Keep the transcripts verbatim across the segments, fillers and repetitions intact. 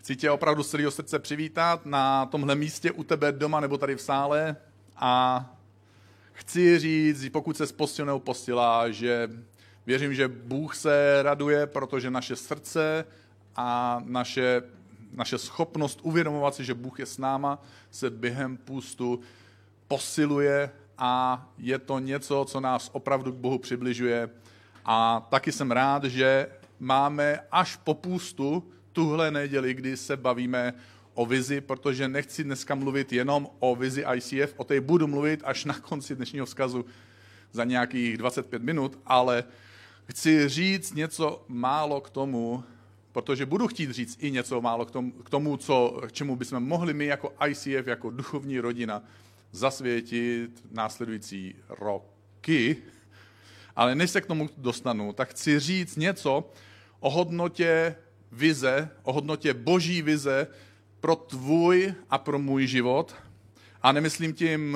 Chci tě opravdu z celého srdce přivítat na tomhle místě u tebe doma nebo tady v sále a chci říct, pokud se postil nebo postila, že věřím, že Bůh se raduje, protože naše srdce a naše, naše schopnost uvědomovat si, že Bůh je s náma, se během půstu posiluje a je to něco, co nás opravdu k Bohu přibližuje. A taky jsem rád, že máme až po půstu tuhle neděli, kdy se bavíme o vizi, protože nechci dneska mluvit jenom o vizi I C F, o té budu mluvit až na konci dnešního vzkazu za nějakých dvacet pět minut, ale chci říct něco málo k tomu, protože budu chtít říct i něco málo k tomu, k tomu co, k čemu bychom mohli my jako I C F, jako duchovní rodina zasvětit následující roky. Ale než se k tomu dostanu, tak chci říct něco o hodnotě vize, o hodnotě boží vize pro tvůj a pro můj život. A nemyslím tím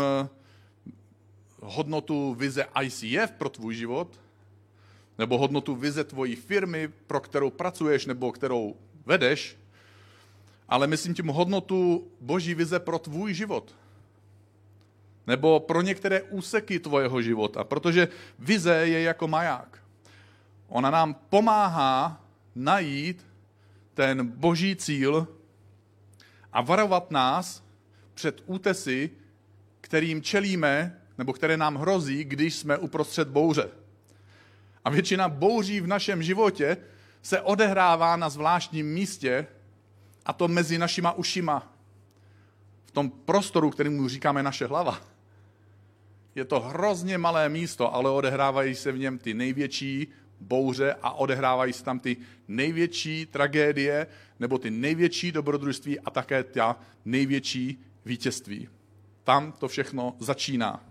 hodnotu vize I C F pro tvůj život, nebo hodnotu vize tvojí firmy, pro kterou pracuješ nebo kterou vedeš, ale myslím tím hodnotu boží vize pro tvůj život. Nebo pro některé úseky tvojeho života, protože vize je jako maják. Ona nám pomáhá najít ten boží cíl a varovat nás před útesy, kterým čelíme, nebo které nám hrozí, když jsme uprostřed bouře. A většina bouří v našem životě se odehrává na zvláštním místě, a to mezi našima ušima, v tom prostoru, kterému říkáme naše hlava. Je to hrozně malé místo, ale odehrávají se v něm ty největší bouře a odehrávají se tam ty největší tragédie nebo ty největší dobrodružství a také ta největší vítězství. Tam to všechno začíná.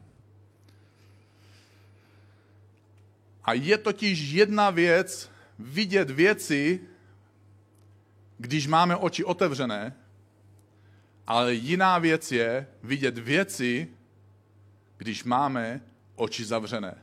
A je totiž jedna věc vidět věci, když máme oči otevřené, ale jiná věc je vidět věci, když máme oči zavřené.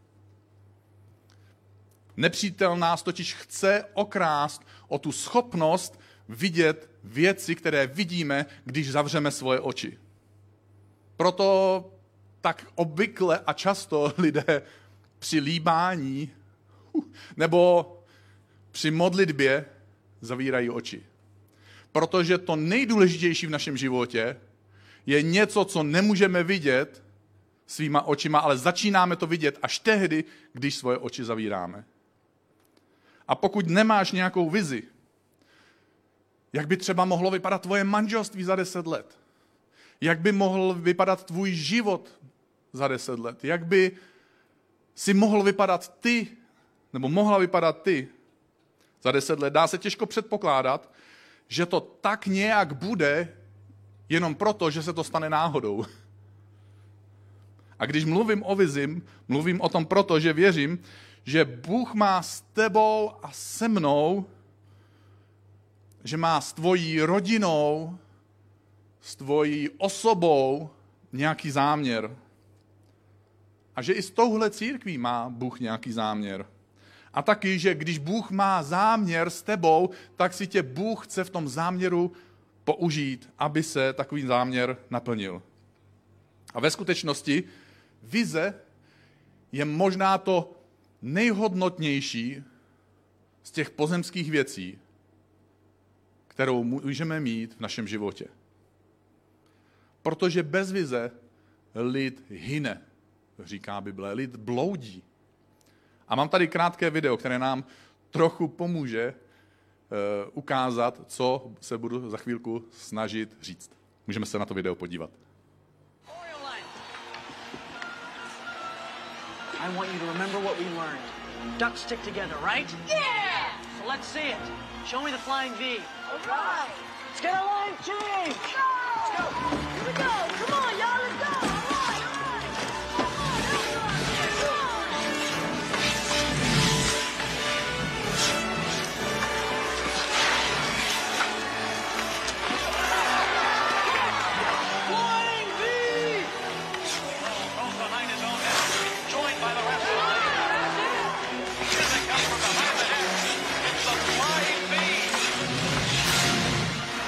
Nepřítel nás totiž chce okrást o tu schopnost vidět věci, které vidíme, když zavřeme svoje oči. Proto tak obvykle a často lidé při líbání nebo při modlitbě zavírají oči. Protože to nejdůležitější v našem životě je něco, co nemůžeme vidět svýma očima, ale začínáme to vidět až tehdy, když svoje oči zavíráme. A pokud nemáš nějakou vizi, jak by třeba mohlo vypadat tvoje manželství za deset let? Jak by mohl vypadat tvůj život za deset let? Jak by si mohl vypadat ty, nebo mohla vypadat ty za deset let? Dá se těžko předpokládat, že to tak nějak bude jenom proto, že se to stane náhodou. A když mluvím o vizi, mluvím o tom proto, že věřím, že Bůh má s tebou a se mnou, že má s tvojí rodinou, s tvojí osobou nějaký záměr. A že i s touhle církví má Bůh nějaký záměr. A taky, že když Bůh má záměr s tebou, tak si tě Bůh chce v tom záměru použít, aby se takový záměr naplnil. A ve skutečnosti vize je možná to nejhodnotnější z těch pozemských věcí, kterou můžeme mít v našem životě. Protože bez vize lid hyne, říká Bible, lid bloudí. A mám tady krátké video, které nám trochu pomůže uh, ukázat, co se budu za chvílku snažit říct. Můžeme se na to video podívat. I want you to remember what we learned. Ducks stick together, right? Yeah! So let's see it. Show me the flying V. All right. Let's get a line change. Let's go. Here we go. Come on, y'all. Let's go. All right, all right. Flying V! Throws behind his own head, joined by the rest of the line. Here they come from behind the net. It's the flying V.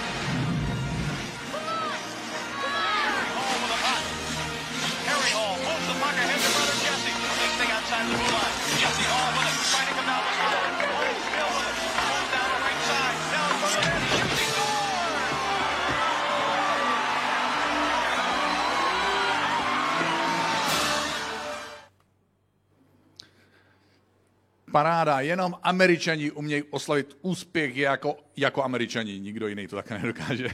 paráda, jenom Američani umějí oslavit úspěch jako, jako Američani, nikdo jiný to také nedokáže.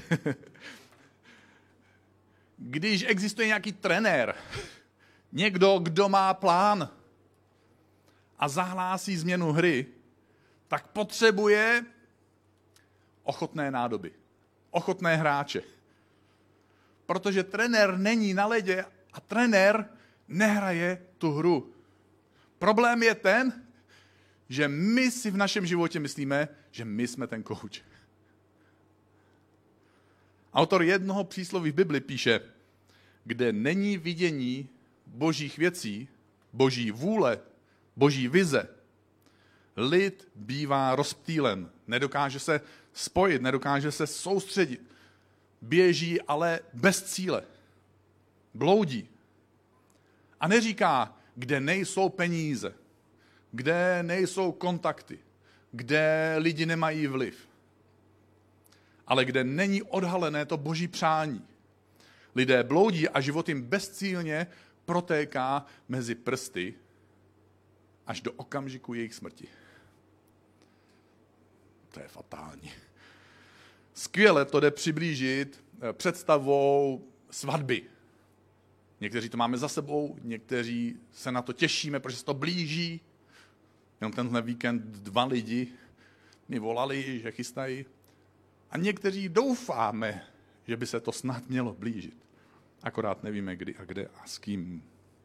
Když existuje nějaký trenér, někdo, kdo má plán a zahlásí změnu hry, tak potřebuje ochotné nádoby, ochotné hráče. Protože trenér není na ledě a trenér nehraje tu hru. Problém je ten, že my si v našem životě myslíme, že my jsme ten kouč. Autor jednoho přísloví v Bibli píše, kde není vidění božích věcí, boží vůle, boží vize, lid bývá rozptýlen, nedokáže se spojit, nedokáže se soustředit. Běží, ale bez cíle. Bloudí. A neříká, kde nejsou peníze, kde nejsou kontakty, kde lidi nemají vliv, ale kde není odhalené to boží přání. Lidé bloudí a život jim bezcílně protéká mezi prsty až do okamžiku jejich smrti. To je fatální. Skvěle to jde přiblížit představou svatby. Někteří to máme za sebou, někteří se na to těšíme, protože se to blíží. Jenom tenhle víkend dva lidi mi volali, že chystají. A někteří doufáme, že by se to snad mělo blížit. Akorát nevíme, kdy a kde a s kým.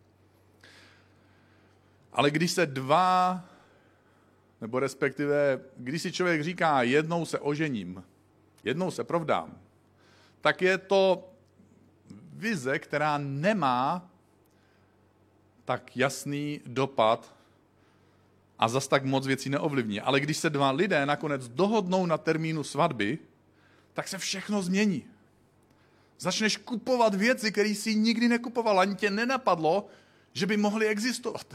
Ale když se dva, nebo respektive, když si člověk říká, jednou se ožením, jednou se provdám, tak je to vize, která nemá tak jasný dopad a zas tak moc věcí neovlivní. Ale když se dva lidé nakonec dohodnou na termínu svatby, tak se všechno změní. Začneš kupovat věci, které jsi nikdy nekupoval, ani tě nenapadlo, že by mohly existovat.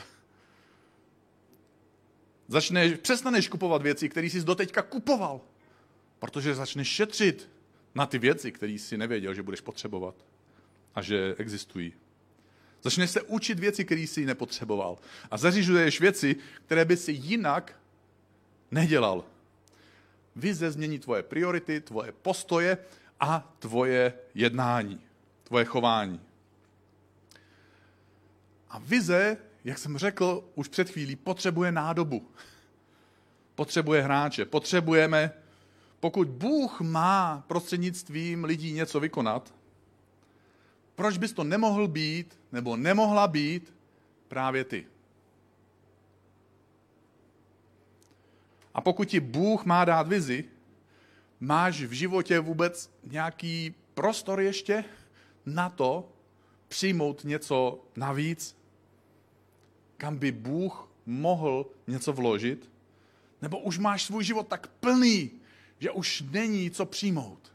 Začneš, přestaneš kupovat věci, které jsi doteďka kupoval, protože začneš šetřit na ty věci, které jsi nevěděl, že budeš potřebovat a že existují. Začneš se učit věci, které jsi nepotřeboval. A zařizuješ věci, které by si jinak nedělal. Vize změní tvoje priority, tvoje postoje a tvoje jednání, tvoje chování. A vize, jak jsem řekl už před chvílí, potřebuje nádobu. Potřebuje hráče. Potřebujeme, pokud Bůh má prostřednictvím lidí něco vykonat, proč bys to nemohl být, nebo nemohla být právě ty? A pokud ti Bůh má dát vizi, máš v životě vůbec nějaký prostor ještě na to přijmout něco navíc, kam by Bůh mohl něco vložit? Nebo už máš svůj život tak plný, že už není co přijmout?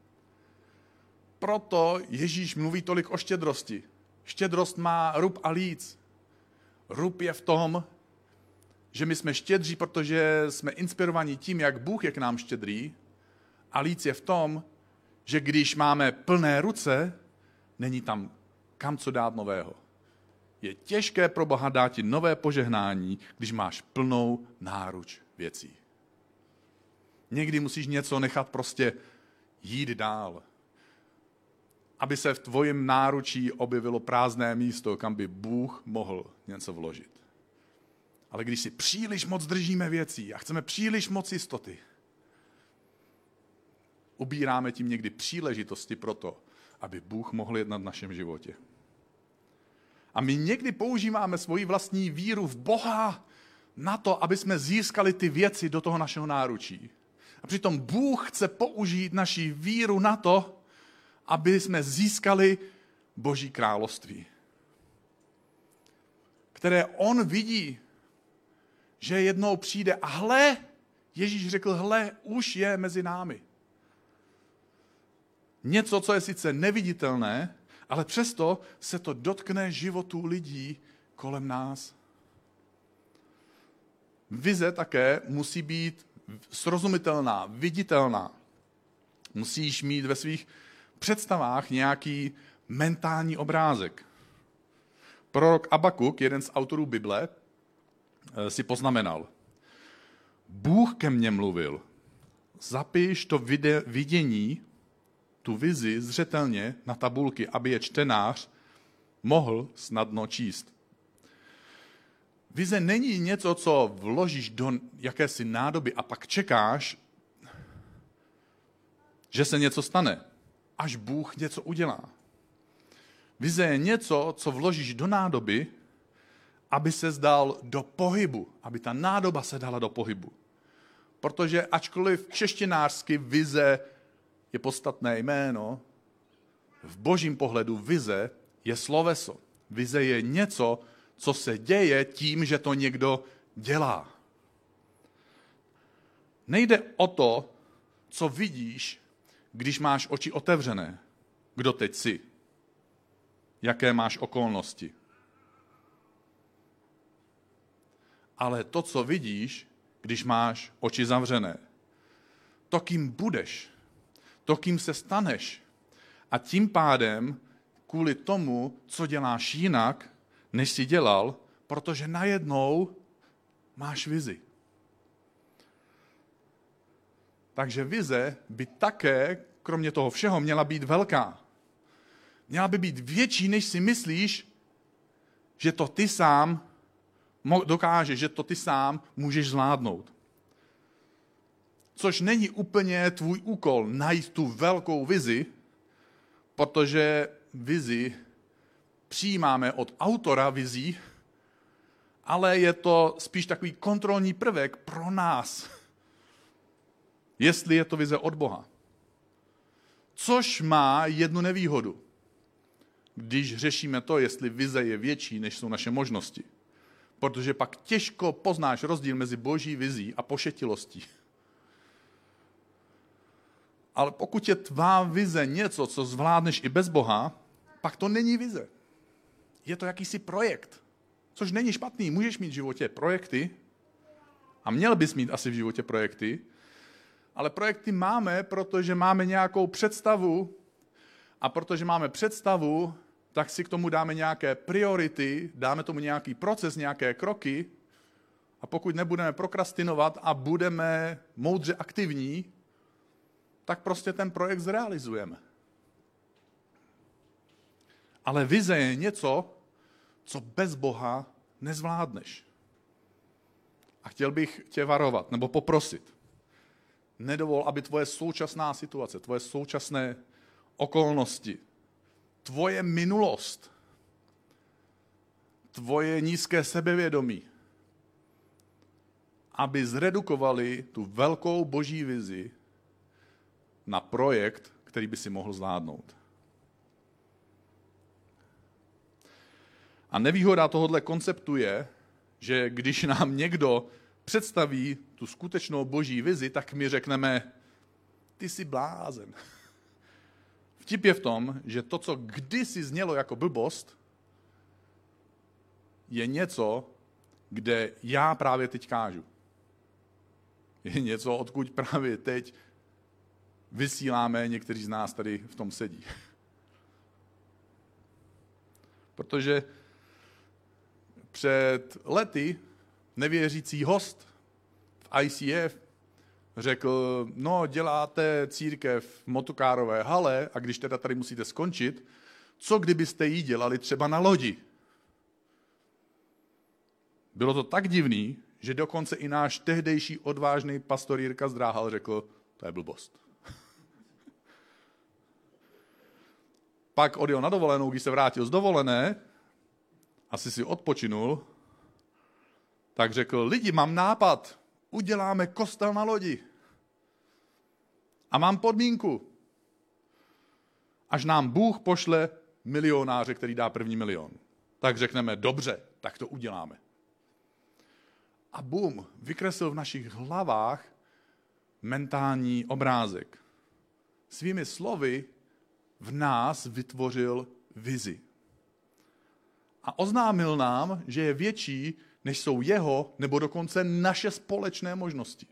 Proto Ježíš mluví tolik o štědrosti. Štědrost má rub a líc. Rub je v tom, že my jsme štědří, protože jsme inspirovaní tím, jak Bůh je k nám štědrý. A líc je v tom, že když máme plné ruce, není tam kam co dát nového. Je těžké pro Boha dát ti nové požehnání, když máš plnou náruč věcí. Někdy musíš něco nechat prostě jít dál, aby se v tvojím náručí objevilo prázdné místo, kam by Bůh mohl něco vložit. Ale když si příliš moc držíme věcí a chceme příliš moc jistoty, ubíráme tím někdy příležitosti pro to, aby Bůh mohl jednat v našem životě. A my někdy používáme svoji vlastní víru v Boha na to, aby jsme získali ty věci do toho našeho náručí. A přitom Bůh chce použít naši víru na to, aby jsme získali Boží království, které on vidí, že jednou přijde. A hle, Ježíš řekl, hle, už je mezi námi. Něco, co je sice neviditelné, ale přesto se to dotkne životů lidí kolem nás. Vize také musí být srozumitelná, viditelná. Musíš mít ve svých představách nějaký mentální obrázek. Prorok Abakuk, jeden z autorů Bible, si poznamenal. Bůh ke mně mluvil. Zapiš to vide, vidění, tu vizi zřetelně na tabulky, aby je čtenář mohl snadno číst. Vize není něco, co vložíš do jakési nádoby a pak čekáš, že se něco stane, až Bůh něco udělá. Vize je něco, co vložíš do nádoby, aby se dal do pohybu, aby ta nádoba se dala do pohybu. Protože ačkoliv češtinářsky vize je podstatné jméno, v božím pohledu vize je sloveso. Vize je něco, co se děje tím, že to někdo dělá. Nejde o to, co vidíš, když máš oči otevřené. Kdo teď jsi? Jaké máš okolnosti? Ale to, co vidíš, když máš oči zavřené. To, kým budeš. To, kým se staneš. A tím pádem, kvůli tomu, co děláš jinak, než jsi dělal, protože najednou máš vizi. Takže vize by také, kromě toho všeho, měla být velká. Měla by být větší, než si myslíš, že to ty sám dokážeš, že to ty sám můžeš zvládnout. Což není úplně tvůj úkol najít tu velkou vizi, protože vizi přijímáme od autora vizí, ale je to spíš takový kontrolní prvek pro nás, jestli je to vize od Boha. Což má jednu nevýhodu, když řešíme to, jestli vize je větší, než jsou naše možnosti. Protože pak těžko poznáš rozdíl mezi boží vizí a pošetilostí. Ale pokud je tvá vize něco, co zvládneš i bez Boha, pak to není vize. Je to jakýsi projekt, což není špatný. Můžeš mít v životě projekty a měl bys mít asi v životě projekty, ale projekty máme, protože máme nějakou představu a protože máme představu, tak si k tomu dáme nějaké priority, dáme tomu nějaký proces, nějaké kroky a pokud nebudeme prokrastinovat a budeme moudře aktivní, tak prostě ten projekt zrealizujeme. Ale vize je něco, co bez Boha nezvládneš. A chtěl bych tě varovat, nebo poprosit. Nedovol, aby tvoje současná situace, tvoje současné okolnosti, tvoje minulost, tvoje nízké sebevědomí, aby zredukovali tu velkou boží vizi na projekt, který by si mohl zvládnout. A nevýhoda tohohle konceptu je, že když nám někdo představí tu skutečnou boží vizi, tak my řekneme, ty jsi blázen. Vtip je v tom, že to, co kdysi znělo jako blbost, je něco, kde já právě teď kážu. Je něco, odkud právě teď vysíláme, někteří z nás tady v tom sedí. Protože před lety nevěřící host v I C F řekl, no děláte církev v motokárové hale a když teda tady musíte skončit, co kdybyste ji dělali třeba na lodi? Bylo to tak divný, že dokonce i náš tehdejší odvážný pastor Jirka Zdráhal řekl, to je blbost. Pak odjel na dovolenou, když se vrátil z dovolené, asi si odpočinul, tak řekl, lidi, mám nápad, uděláme kostel na lodi. A mám podmínku. Až nám Bůh pošle milionáře, který dá první milion. Tak řekneme, dobře, tak to uděláme. A bum, vykreslil v našich hlavách mentální obrázek. Svými slovy v nás vytvořil vizi. A oznámil nám, že je větší, než jsou jeho, nebo dokonce naše společné možnosti.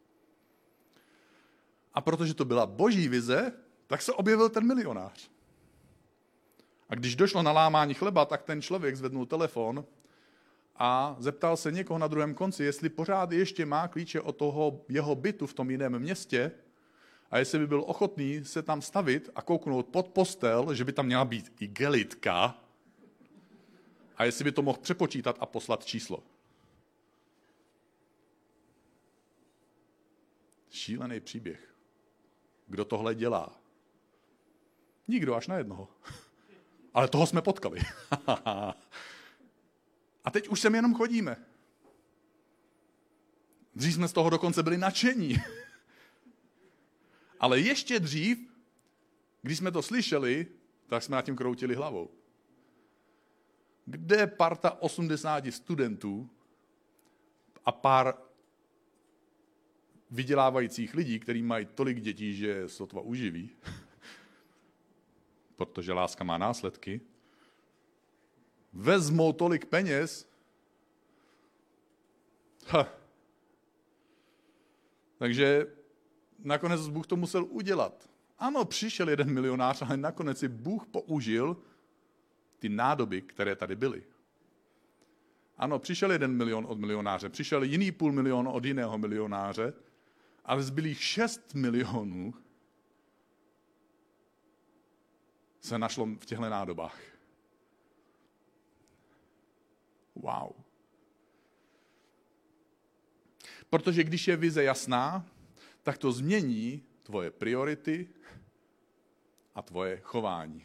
A protože to byla boží vize, tak se objevil ten milionář. A když došlo na lámání chleba, tak ten člověk zvednul telefon a zeptal se někoho na druhém konci, jestli pořád ještě má klíče od toho jeho bytu v tom jiném městě a jestli by byl ochotný se tam stavit a kouknout pod postel, že by tam měla být igelitka a jestli by to mohl přepočítat a poslat číslo. Šílený příběh. Kdo tohle dělá? Nikdo, až na jednoho. Ale toho jsme potkali. A teď už sem jenom chodíme. Dřív jsme z toho dokonce byli nadšení. Ale ještě dřív, když jsme to slyšeli, tak jsme nad tím kroutili hlavou. Kde je parta osmdesáti studentů a pár vydělávajících lidí, kteří mají tolik dětí, že je sotva uživí, protože láska má následky, vezmou tolik peněz, ha. Takže nakonec Bůh to musel udělat. Ano, přišel jeden milionář, ale nakonec si Bůh použil ty nádoby, které tady byly. Ano, přišel jeden milion od milionáře, přišel jiný půl milion od jiného milionáře, ale zbylých šest milionů se našlo v těchto nádobách. Wow. Protože když je vize jasná, tak to změní tvoje priority a tvoje chování.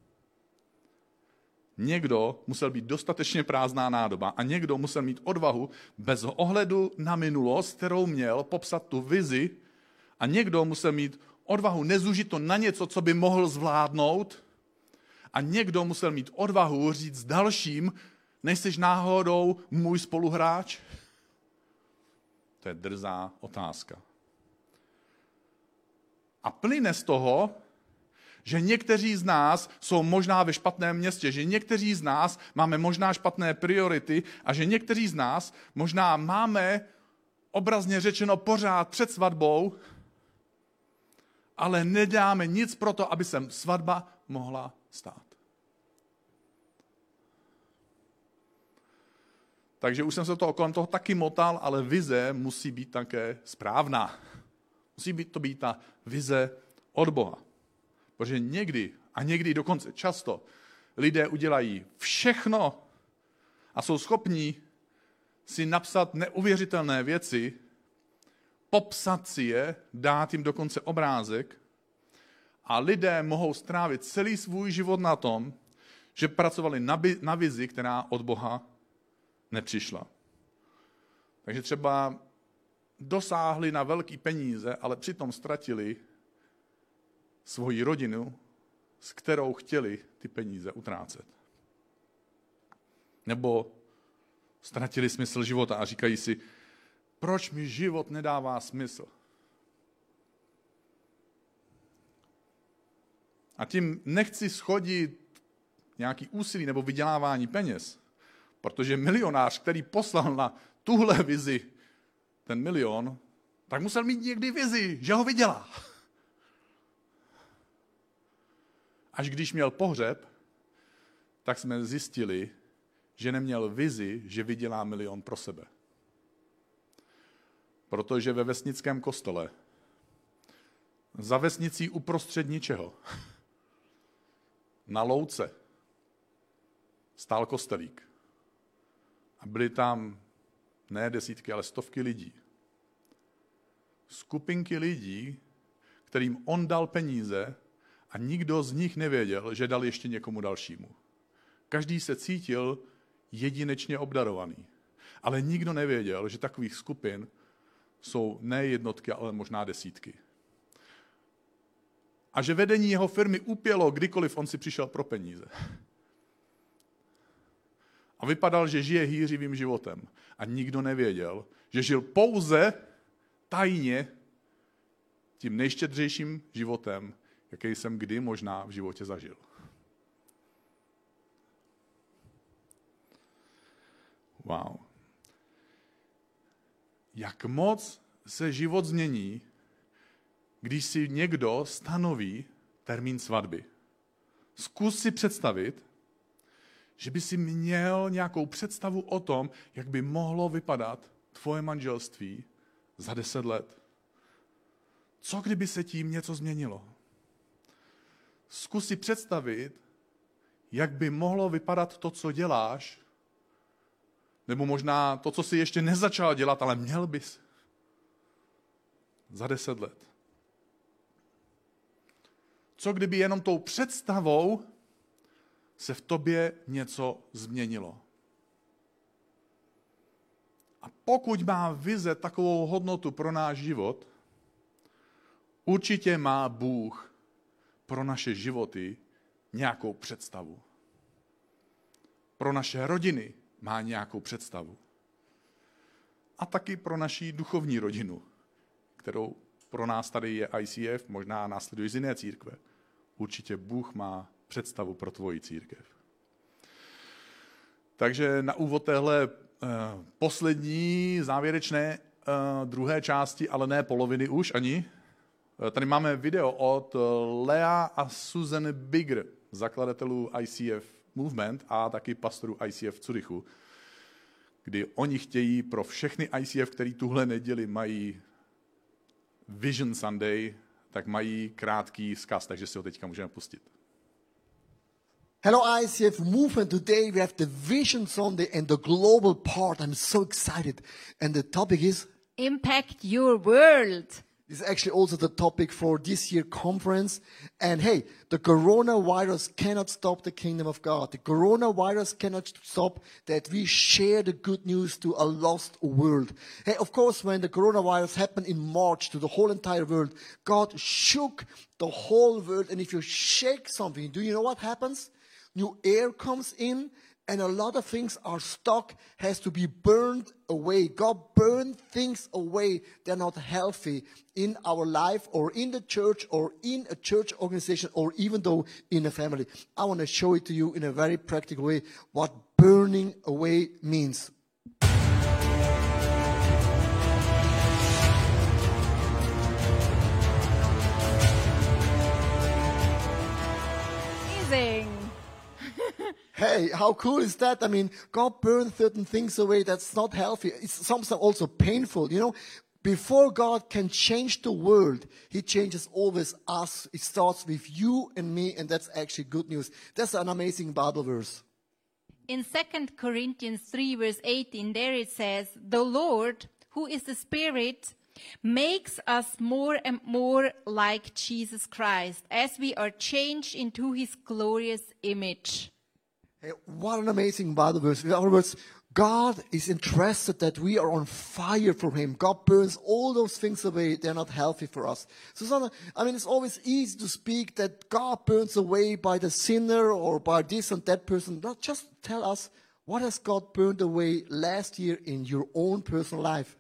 Někdo musel být dostatečně prázdná nádoba a někdo musel mít odvahu bez ohledu na minulost, kterou měl, popsat tu vizi, a někdo musel mít odvahu nezúžit to na něco, co by mohl zvládnout, a někdo musel mít odvahu říct dalším, nejseš náhodou můj spoluhráč? To je drzá otázka. A plyne z toho, že někteří z nás jsou možná ve špatném městě, že někteří z nás máme možná špatné priority a že někteří z nás možná máme, obrazně řečeno, pořád před svatbou, ale nedáme nic pro to, aby se svatba mohla stát. Takže už jsem se to kolem toho taky motal, ale vize musí být také správná. Musí být to být ta vize od Boha. Protože někdy, a někdy dokonce často, lidé udělají všechno a jsou schopní si napsat neuvěřitelné věci, popsat si je, dát jim dokonce obrázek, a lidé mohou strávit celý svůj život na tom, že pracovali na, bi- na vizi, která od Boha nepřišla. Takže třeba dosáhli na velký peníze, ale přitom ztratili svoji rodinu, s kterou chtěli ty peníze utrácet. Nebo ztratili smysl života a říkají si, proč mi život nedává smysl? A tím nechci shodit nějaký úsilí nebo vydělávání peněz, protože milionář, který poslal na tuhle vizi ten milion, tak musel mít někdy vizi, že ho vydělá. Až když měl pohřeb, tak jsme zjistili, že neměl vizi, že vydělá milion pro sebe. Protože ve vesnickém kostele, za vesnicí uprostřed ničeho, na louce, stál kostelík. A byly tam ne desítky, ale stovky lidí. Skupinky lidí, kterým on dal peníze, a nikdo z nich nevěděl, že dal ještě někomu dalšímu. Každý se cítil jedinečně obdarovaný. Ale nikdo nevěděl, že takových skupin jsou ne jednotky, ale možná desítky. A že vedení jeho firmy upělo, kdykoliv on si přišel pro peníze. A vypadal, že žije hýřivým životem. A nikdo nevěděl, že žil pouze tajně tím nejštědřejším životem, jaký jsem kdy možná v životě zažil. Wow. Jak moc se život změní, když si někdo stanoví termín svatby. Zkus si představit, že by si měl nějakou představu o tom, jak by mohlo vypadat tvoje manželství za deset let. Co kdyby se tím něco změnilo? Zkus si představit, jak by mohlo vypadat to, co děláš, nebo možná to, co jsi ještě nezačal dělat, ale měl bys za deset let. Co kdyby jenom tou představou se v tobě něco změnilo? A pokud má vize takovou hodnotu pro náš život, určitě má Bůh pro naše životy nějakou představu. Pro naše rodiny má nějakou představu. A taky pro naši duchovní rodinu, kterou pro nás tady je I C F, možná následuje z jiné církve. Určitě Bůh má představu pro tvoji církev. Takže na úvod téhle uh, poslední, závěrečné uh, druhé části, ale ne poloviny už ani, uh, tady máme video od Lea a Susan Bigger, zakladatelů I C F Movement a taky pastorů I C F v Curychu, kdy oni chtějí pro všechny I C F, který tuhle neděli mají Vision Sunday, tak mají krátký vzkaz, takže si ho teďka můžeme pustit. Hello I C F Movement. Today we have the Vision Sunday and the global part. I'm so excited. And the topic is... Impact your world. This is actually also the topic for this year conference. And hey, the coronavirus cannot stop the kingdom of God. The coronavirus cannot stop that we share the good news to a lost world. Hey, of course, when the coronavirus happened in March to the whole entire world, God shook the whole world. And if you shake something, do you know what happens? New air comes in, and a lot of things are stuck, has to be burned away. God burned things away. They're not healthy in our life or in the church or in a church organization or even though in a family. I want to show it to you in a very practical way what burning away means. Amazing. Hey, how cool is that? I mean, God burned certain things away that's not healthy. It's sometimes also painful, you know. Before God can change the world, He changes always us. It starts with you and me, and that's actually good news. That's an amazing Bible verse. In Second Corinthians three, verse eighteen, there it says, "The Lord, who is the Spirit, makes us more and more like Jesus Christ, as we are changed into His glorious image." Hey, what an amazing Bible verse. In other words, God is interested that we are on fire for Him. God burns all those things away. They're not healthy for us. Susanna, I mean, it's always easy to speak that God burns away by the sinner or by this and that person. Not just tell us, what has God burned away last year in your own personal life?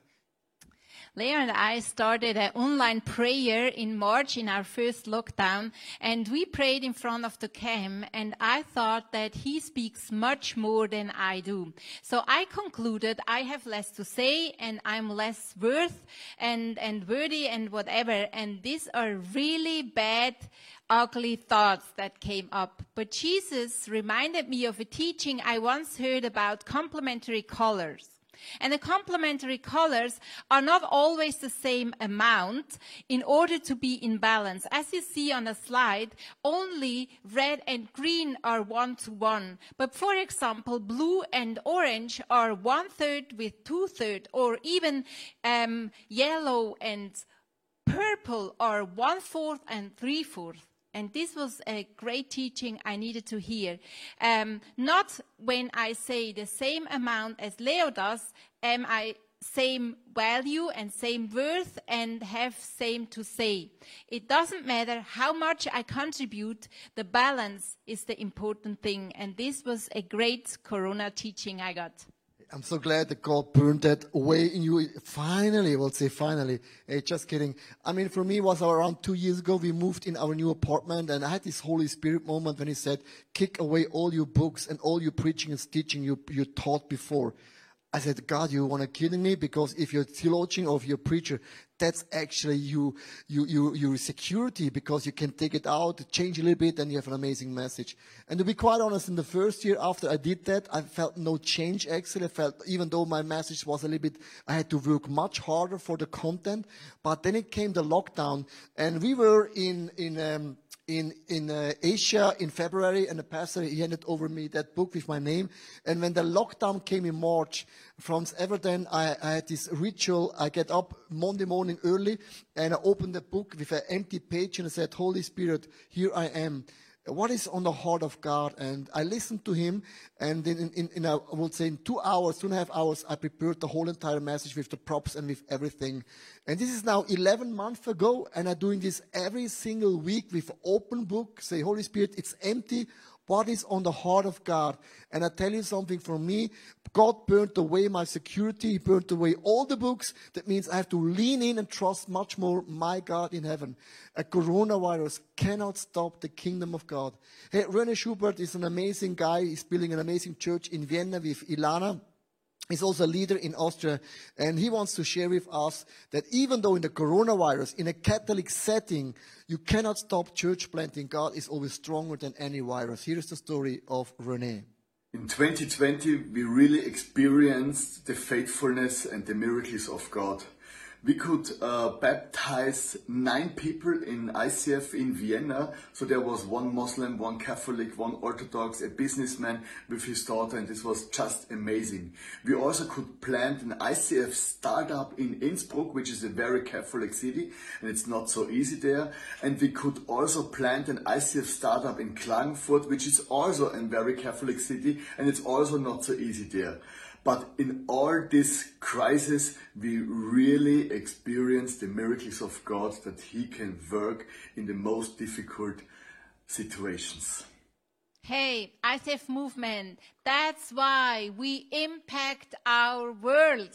Lea and I started an online prayer in March in our first lockdown, and we prayed in front of the cam, and I thought that he speaks much more than I do. So I concluded I have less to say, and I'm less worth and, and worthy and whatever, and these are really bad, ugly thoughts that came up. But Jesus reminded me of a teaching I once heard about complementary colors. And the complementary colors are not always the same amount in order to be in balance. As you see on the slide, only red and green are one to one. But for example, blue and orange are one third with two thirds, or even um, yellow and purple are one fourth and three fourths. And this was a great teaching I needed to hear. Um, not when I say the same amount as Leo does, am I same value and same worth and have same to say. It doesn't matter how much I contribute, the balance is the important thing. And this was a great Corona teaching I got. I'm so glad that God burned that away in you. Finally, I will say finally. Hey, just kidding. I mean, for me, it was around two years ago. We moved in our new apartment, and I had this Holy Spirit moment when He said, kick away all your books and all your preaching and teaching you, you taught before. I said, God, you want to kidding me? Because if you're a theologian or if you're a preacher, that's actually you, you, you, your security, because you can take it out, change a little bit, and you have an amazing message. And to be quite honest, in the first year after I did that, I felt no change actually. I felt, even though my message was a little bit, I had to work much harder for the content. But then it came the lockdown, and we were in, in, um, in, in uh, Asia in February, and the pastor, he handed over me that book with my name. And when the lockdown came in March, from ever then, I, I had this ritual. I get up Monday morning early, and I opened the book with an empty page, and I said, Holy Spirit, here I am. What is on the heart of God? And I listened to him, and in, in, in a, I would say in two hours, two and a half hours, I prepared the whole entire message with the props and with everything. And this is now eleven months ago, and I'm doing this every single week with open book. Say, Holy Spirit, it's empty. What is on the heart of God? And I tell you something from me, God burnt away my security. He burnt away all the books. That means I have to lean in and trust much more my God in heaven. A coronavirus cannot stop the kingdom of God. Hey, René Schubert is an amazing guy. He's building an amazing church in Vienna with Ilana. He's also a leader in Austria, and he wants to share with us that even though in the coronavirus, in a Catholic setting, you cannot stop church planting, God is always stronger than any virus. Here is the story of René. In twenty twenty, we really experienced the faithfulness and the miracles of God. We could uh, baptize nine people in I C F in Vienna. So there was one Muslim, one Catholic, one Orthodox, a businessman with his daughter, and this was just amazing. We also could plant an I C F startup in Innsbruck, which is a very Catholic city, and it's not so easy there. And we could also plant an I C F startup in Klagenfurt, which is also a very Catholic city, and it's also not so easy there. But in all this crisis, we really experience the miracles of God, that He can work in the most difficult situations. Hey, I C F movement, that's why we impact our world.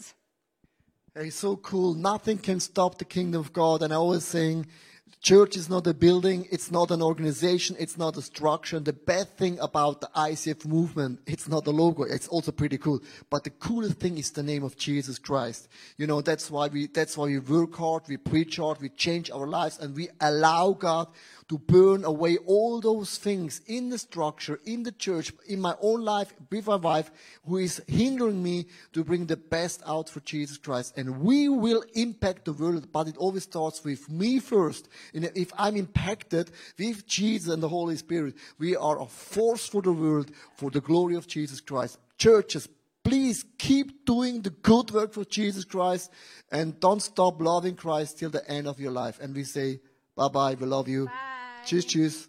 Hey, so cool. Nothing can stop the kingdom of God. And I always saying, church is not a building, it's not an organization, it's not a structure. And the bad thing about the I C F movement, it's not the logo, it's also pretty cool. But the coolest thing is the name of Jesus Christ. You know, that's why we, that's why we work hard, we preach hard, we change our lives, and we allow God to burn away all those things in the structure, in the church, in my own life, with my wife, who is hindering me to bring the best out for Jesus Christ. And we will impact the world, but it always starts with me first. And if I'm impacted with Jesus and the Holy Spirit, we are a force for the world, for the glory of Jesus Christ. Churches, please keep doing the good work for Jesus Christ, and don't stop loving Christ till the end of your life. And we say, bye-bye, we love you. Bye. Tschüss, tschüss.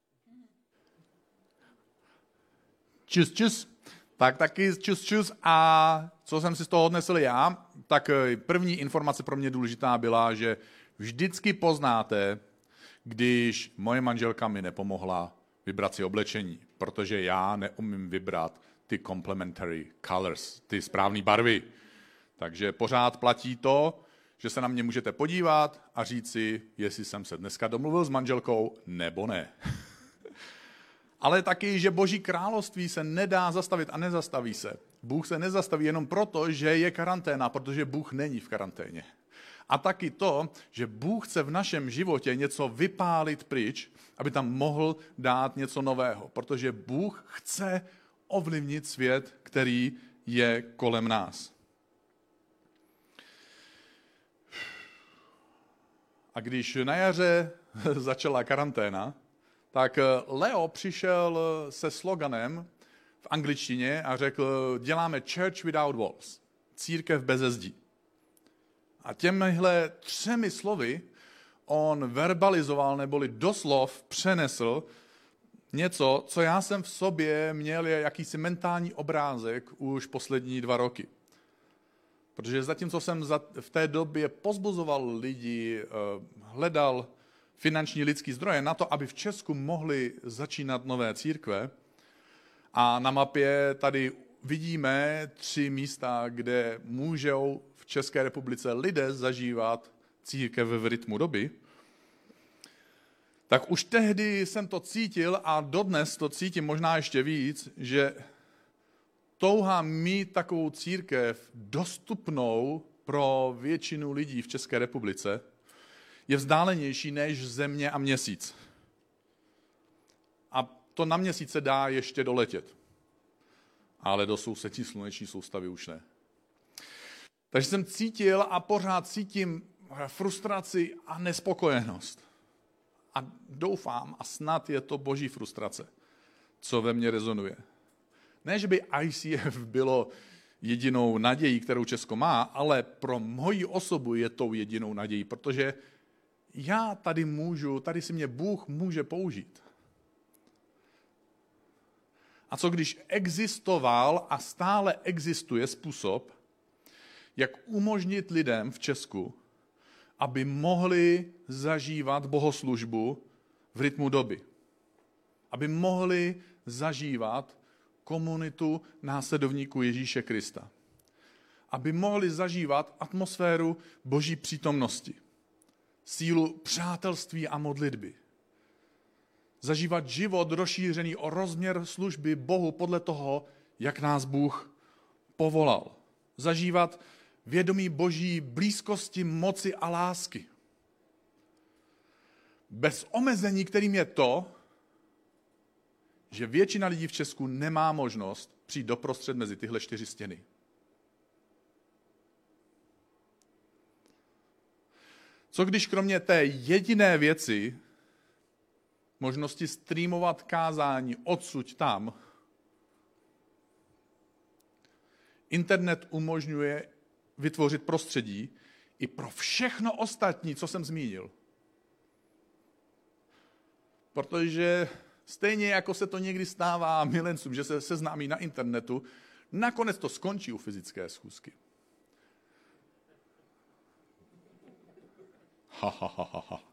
Čus, čus. Tak taky čus, čus. A co jsem si z toho odnesl já, tak první informace pro mě důležitá byla, že vždycky poznáte, když moje manželka mi nepomohla vybrat si oblečení, protože já neumím vybrat ty complementary colors, ty správné barvy. Takže pořád platí to, že se na mě můžete podívat a říct si, jestli jsem se dneska domluvil s manželkou, nebo ne. Ale taky, že Boží království se nedá zastavit a nezastaví se. Bůh se nezastaví jenom proto, že je karanténa, protože Bůh není v karanténě. A taky to, že Bůh chce v našem životě něco vypálit pryč, aby tam mohl dát něco nového. Protože Bůh chce ovlivnit svět, který je kolem nás. A když na jaře začala karanténa, tak Leo přišel se sloganem v angličtině a řekl, děláme Church Without Walls, církev beze zdí. A těmihle třemi slovy on verbalizoval, neboli doslov přenesl něco, co já jsem v sobě měl jakýsi mentální obrázek už poslední dva roky. Protože zatímco jsem v té době pozbuzoval lidi, hledal finanční lidský zdroje na to, aby v Česku mohli začínat nové církve. A na mapě tady vidíme tři místa, kde můžou v České republice lidé zažívat církev v rytmu doby. Tak už tehdy jsem to cítil a dodnes to cítím možná ještě víc, že touha mít takovou církev dostupnou pro většinu lidí v České republice je vzdálenější než země a měsíc. A to na měsíc se dá ještě doletět. Ale do sousední sluneční soustavy už ne. Takže jsem cítil a pořád cítím frustraci a nespokojenost. A doufám, a snad je to boží frustrace, co ve mně rezonuje. Ne, že by I C F bylo jedinou nadějí, kterou Česko má, ale pro moji osobu je tou jedinou nadějí, protože já tady můžu, tady si mě Bůh může použít. A co když existoval a stále existuje způsob, jak umožnit lidem v Česku, aby mohli zažívat bohoslužbu v rytmu doby. Aby mohli zažívat komunitu následovníků Ježíše Krista. Aby mohli zažívat atmosféru boží přítomnosti. Sílu přátelství a modlitby. Zažívat život rozšířený o rozměr služby Bohu podle toho, jak nás Bůh povolal. Zažívat vědomí boží blízkosti, moci a lásky. Bez omezení, kterým je to, že většina lidí v Česku nemá možnost přijít doprostřed mezi tyhle čtyři stěny. Co když kromě té jediné věci, možnosti streamovat kázání odsud tam, internet umožňuje vytvořit prostředí i pro všechno ostatní, co jsem zmínil. Protože stejně jako se to někdy stává milencům, že se seznámí na internetu, nakonec to skončí u fyzické schůzky. Ha, ha, ha, ha, ha.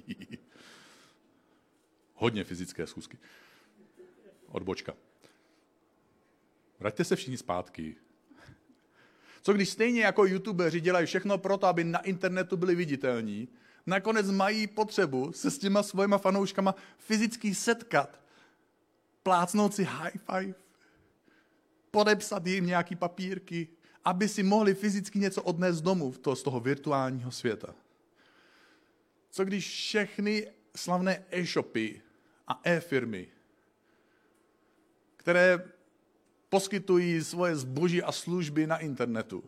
Hodně fyzické schůzky. Odbočka. Vraťte se všichni zpátky. Co když stejně jako youtubeři dělají všechno pro to, aby na internetu byli viditelní, nakonec mají potřebu se s těma svojima fanouškama fyzicky setkat, plácnout si high five, podepsat jim nějaký papírky, aby si mohli fyzicky něco odnést domů z toho virtuálního světa. Co když všechny slavné e-shopy a e-firmy, které poskytují svoje zboží a služby na internetu,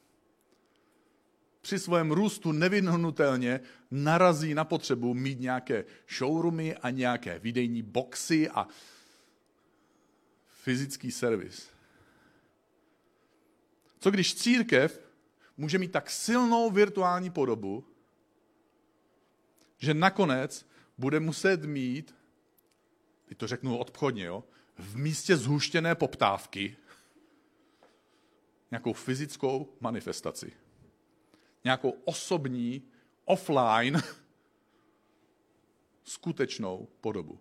při svém růstu nevyhnutelně narazí na potřebu mít nějaké showroomy a nějaké výdejní boxy a fyzický servis. Co když církev může mít tak silnou virtuální podobu, že nakonec bude muset mít, teď to řeknu obchodně, jo, v místě zhuštěné poptávky nějakou fyzickou manifestaci. Nějakou osobní, offline, skutečnou podobu.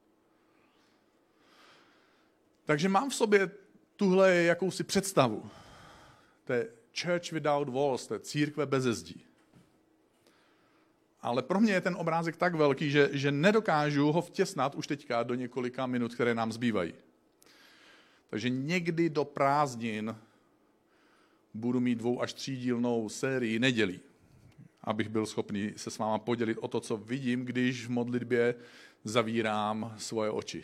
Takže mám v sobě tuhle jakousi představu té church without walls, té církve beze zdí. Ale pro mě je ten obrázek tak velký, že, že nedokážu ho vtěsnat už teďka do několika minut, které nám zbývají. Takže někdy do prázdnin budu mít dvou až třídílnou sérii nedělí, abych byl schopný se s váma podělit o to, co vidím, když v modlitbě zavírám svoje oči.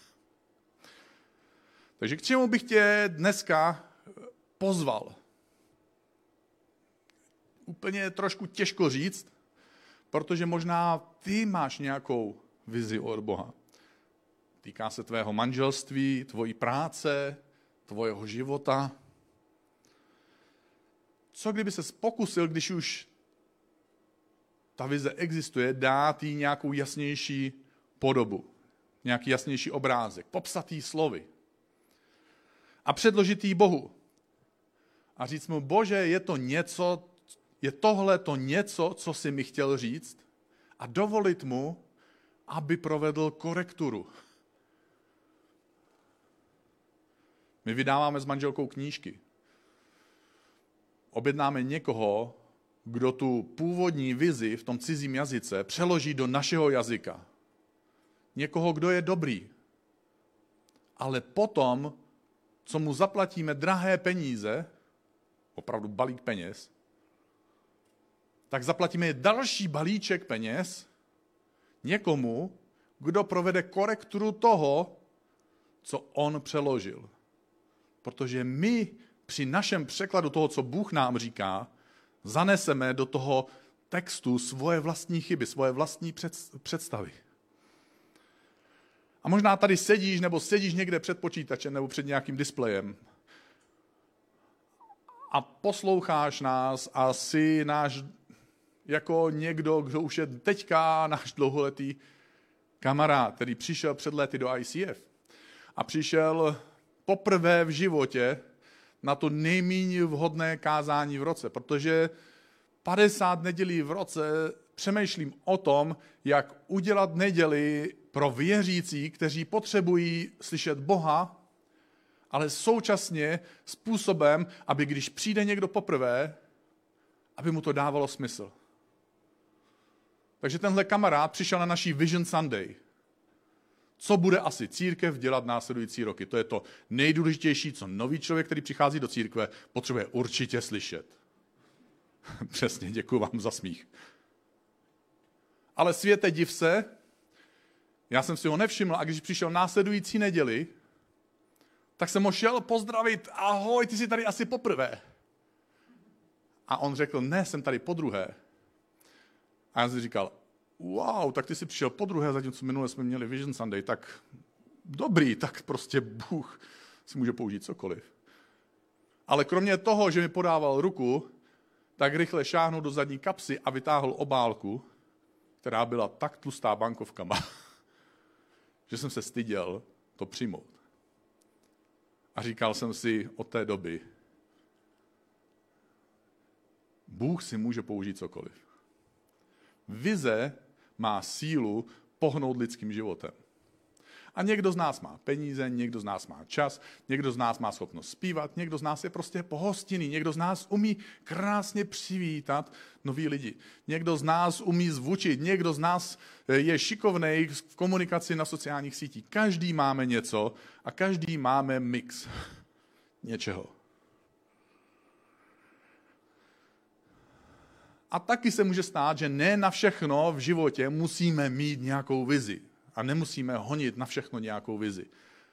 Takže k čemu bych tě dneska pozval? Úplně trošku těžko říct, protože možná ty máš nějakou vizi od Boha. Týká se tvého manželství, tvojí práce, tvojeho života. Co kdyby ses pokusil, když už ta vize existuje, dát jí nějakou jasnější podobu, nějaký jasnější obrázek, popsat jí slovy a předložit jí Bohu. A říct mu, Bože, je to něco, je tohle to něco, co jsi mi chtěl říct, a dovolit mu, aby provedl korekturu. My vydáváme s manželkou knížky. Objednáme někoho, kdo tu původní vizi v tom cizím jazyce přeloží do našeho jazyka. Někoho, kdo je dobrý. Ale potom co mu zaplatíme drahé peníze, opravdu balík peněz, tak zaplatíme další balíček peněz někomu, kdo provede korekturu toho, co on přeložil. Protože my při našem překladu toho, co Bůh nám říká, zaneseme do toho textu svoje vlastní chyby, svoje vlastní představy. A možná tady sedíš, nebo sedíš někde před počítačem, nebo před nějakým displejem a posloucháš nás a jsi náš, jako někdo, kdo už je teďka náš dlouholetý kamarád, který přišel před lety do I C F a přišel poprvé v životě na to nejméně vhodné kázání v roce, protože padesát nedělí v roce přemýšlím o tom, jak udělat neděli pro věřící, kteří potřebují slyšet Boha, ale současně způsobem, aby když přijde někdo poprvé, aby mu to dávalo smysl. Takže tenhle kamarád přišel na naší Vision Sunday. Co bude asi církev dělat následující roky? To je to nejdůležitější, co nový člověk, který přichází do církve, potřebuje určitě slyšet. Přesně, děkuji vám za smích. Ale světe, div se, já jsem si ho nevšiml a když přišel následující neděli, tak jsem ho šel pozdravit. Ahoj, ty jsi tady asi poprvé. A on řekl, ne, jsem tady podruhé. A já jsem si říkal, wow, tak ty jsi přišel podruhé, zatímco minule jsme měli Vision Sunday, tak dobrý, tak prostě Bůh si může použít cokoliv. Ale kromě toho, že mi podával ruku, tak rychle šáhnul do zadní kapsy a vytáhl obálku, která byla tak tlustá bankovkama, že jsem se styděl to přijmout. A říkal jsem si od té doby, Bůh si může použít cokoliv. Vize má sílu pohnout lidským životem. A někdo z nás má peníze, někdo z nás má čas, někdo z nás má schopnost zpívat, někdo z nás je prostě pohostinný, někdo z nás umí krásně přivítat nový lidi. Někdo z nás umí zvučit, někdo z nás je šikovnej v komunikaci na sociálních sítích. Každý máme něco a každý máme mix něčeho. A taky se může stát, že ne na všechno v životě musíme mít nějakou vizi. A nemusíme honit na všechno nějakou vizi.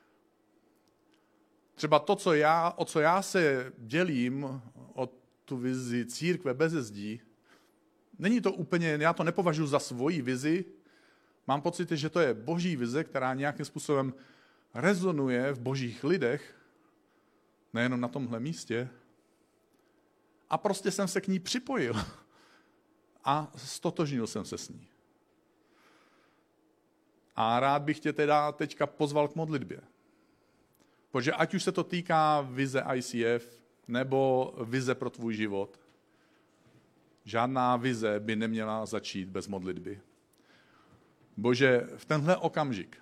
Třeba to, co já, o co já se dělím, o tu vizi církve beze zdí, není to úplně, já to nepovažuji za svoji vizi, mám pocit, že to je boží vize, která nějakým způsobem rezonuje v božích lidech, nejenom na tomhle místě, a prostě jsem se k ní připojil a stotožnil jsem se s ní. A rád bych tě teda teďka pozval k modlitbě. Protože ať už se to týká vize I C F nebo vize pro tvůj život, žádná vize by neměla začít bez modlitby. Bože, v tenhle okamžik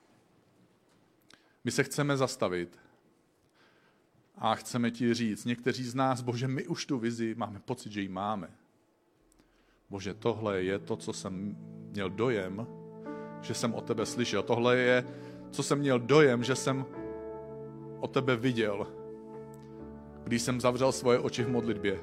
my se chceme zastavit a chceme ti říct, někteří z nás, Bože, my už tu vizi máme pocit, že ji máme. Bože, tohle je to, co jsem měl dojem, že jsem o tebe slyšel. Tohle je, co jsem měl dojem, že jsem o tebe viděl, když jsem zavřel svoje oči v modlitbě.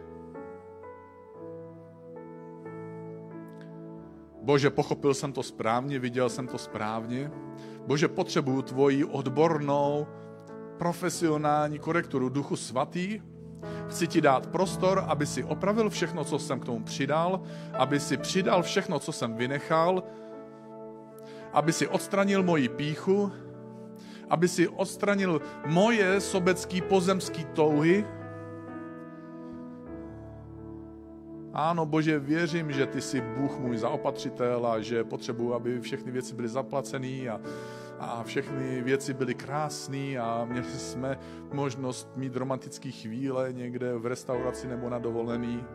Bože, pochopil jsem to správně, viděl jsem to správně. Bože, potřebuju tvoji odbornou, profesionální korekturu, Duchu Svatý. Chci ti dát prostor, aby si opravil všechno, co jsem k tomu přidal, aby si přidal všechno, co jsem vynechal, aby si odstranil moji pýchu, aby si odstranil moje sobecký pozemský touhy. Ano, Bože, věřím, že ty jsi Bůh můj zaopatřitel a že potřebuji, aby všechny věci byly zaplacený a, a všechny věci byly krásné a měli jsme možnost mít romantické chvíle někde v restauraci nebo na dovolený.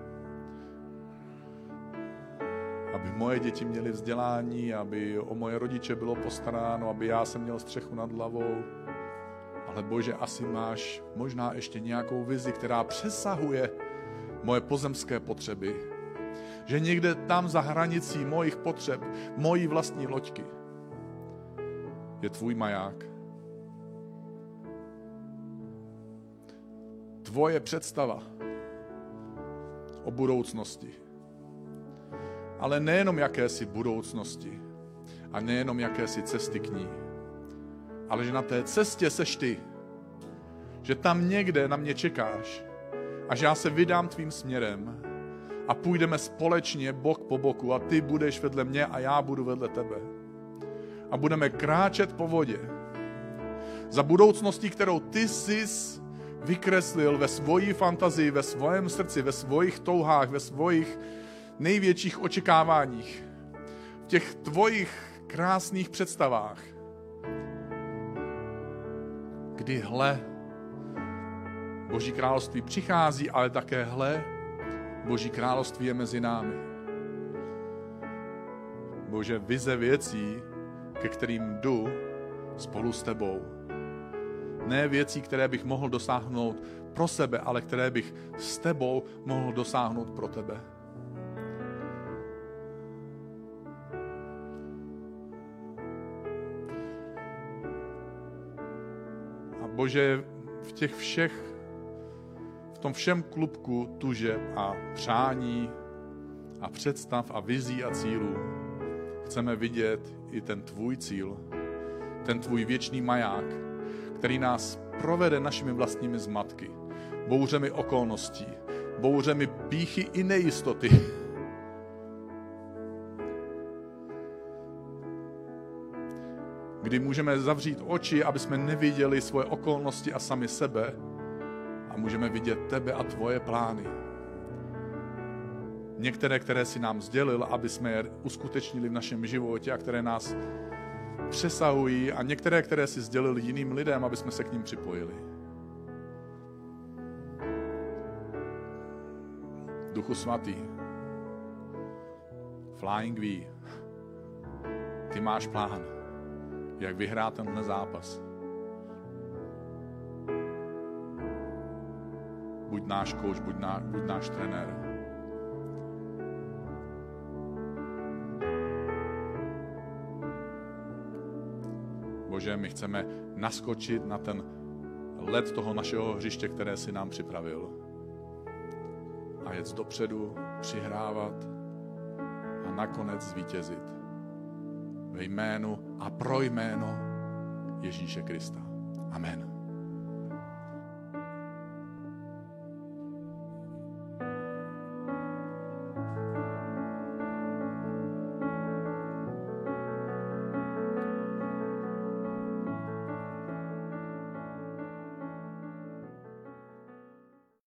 Aby moje děti měly vzdělání, aby o moje rodiče bylo postaráno, aby já jsem měl střechu nad hlavou. Ale Bože, asi máš možná ještě nějakou vizi, která přesahuje moje pozemské potřeby. Že někde tam za hranicí mojich potřeb, mojí vlastní loďky, je tvůj maják. tvoje představa o budoucnosti. Ale nejenom jakési budoucnosti a nejenom jakési cesty k ní, ale že na té cestě seš ty, že tam někde na mě čekáš a že já se vydám tvým směrem a půjdeme společně bok po boku a ty budeš vedle mě a já budu vedle tebe. A budeme kráčet po vodě za budoucností, kterou ty jsi vykreslil ve svojí fantazii, ve svém srdci, ve svojich touhách, ve svojich největších očekáváních, v těch tvojich krásných představách, kdy hle, Boží království přichází, ale také hle, Boží království je mezi námi. Bože, vize věcí, ke kterým jdu spolu s tebou. Ne věcí, které bych mohl dosáhnout pro sebe, ale které bych s tebou mohl dosáhnout pro tebe. A Bože, v těch všech, v tom všem klubku tužeb a přání a představ a vizí a cílů chceme vidět i ten tvůj cíl, ten tvůj věčný maják, který nás provede našimi vlastními zmatky, bouřemi okolností, bouřemi pýchy i nejistoty. Kdy můžeme zavřít oči, aby jsme neviděli svoje okolnosti a sami sebe a můžeme vidět tebe a tvoje plány. Některé, které si nám sdělil, aby jsme je uskutečnili v našem životě a které nás přesahují a některé, které si sdělil jiným lidem, aby jsme se k ním připojili. Duchu svatý, Flying V, ty máš plán, jak vyhrát tenhle zápas. Buď náš kouč, buď, ná, buď náš trenér. Bože, my chceme naskočit na ten led toho našeho hřiště, které si nám připravil. A jet dopředu, přihrávat a nakonec zvítězit. Ve jménu a pro jméno Ježíše Krista. Amen.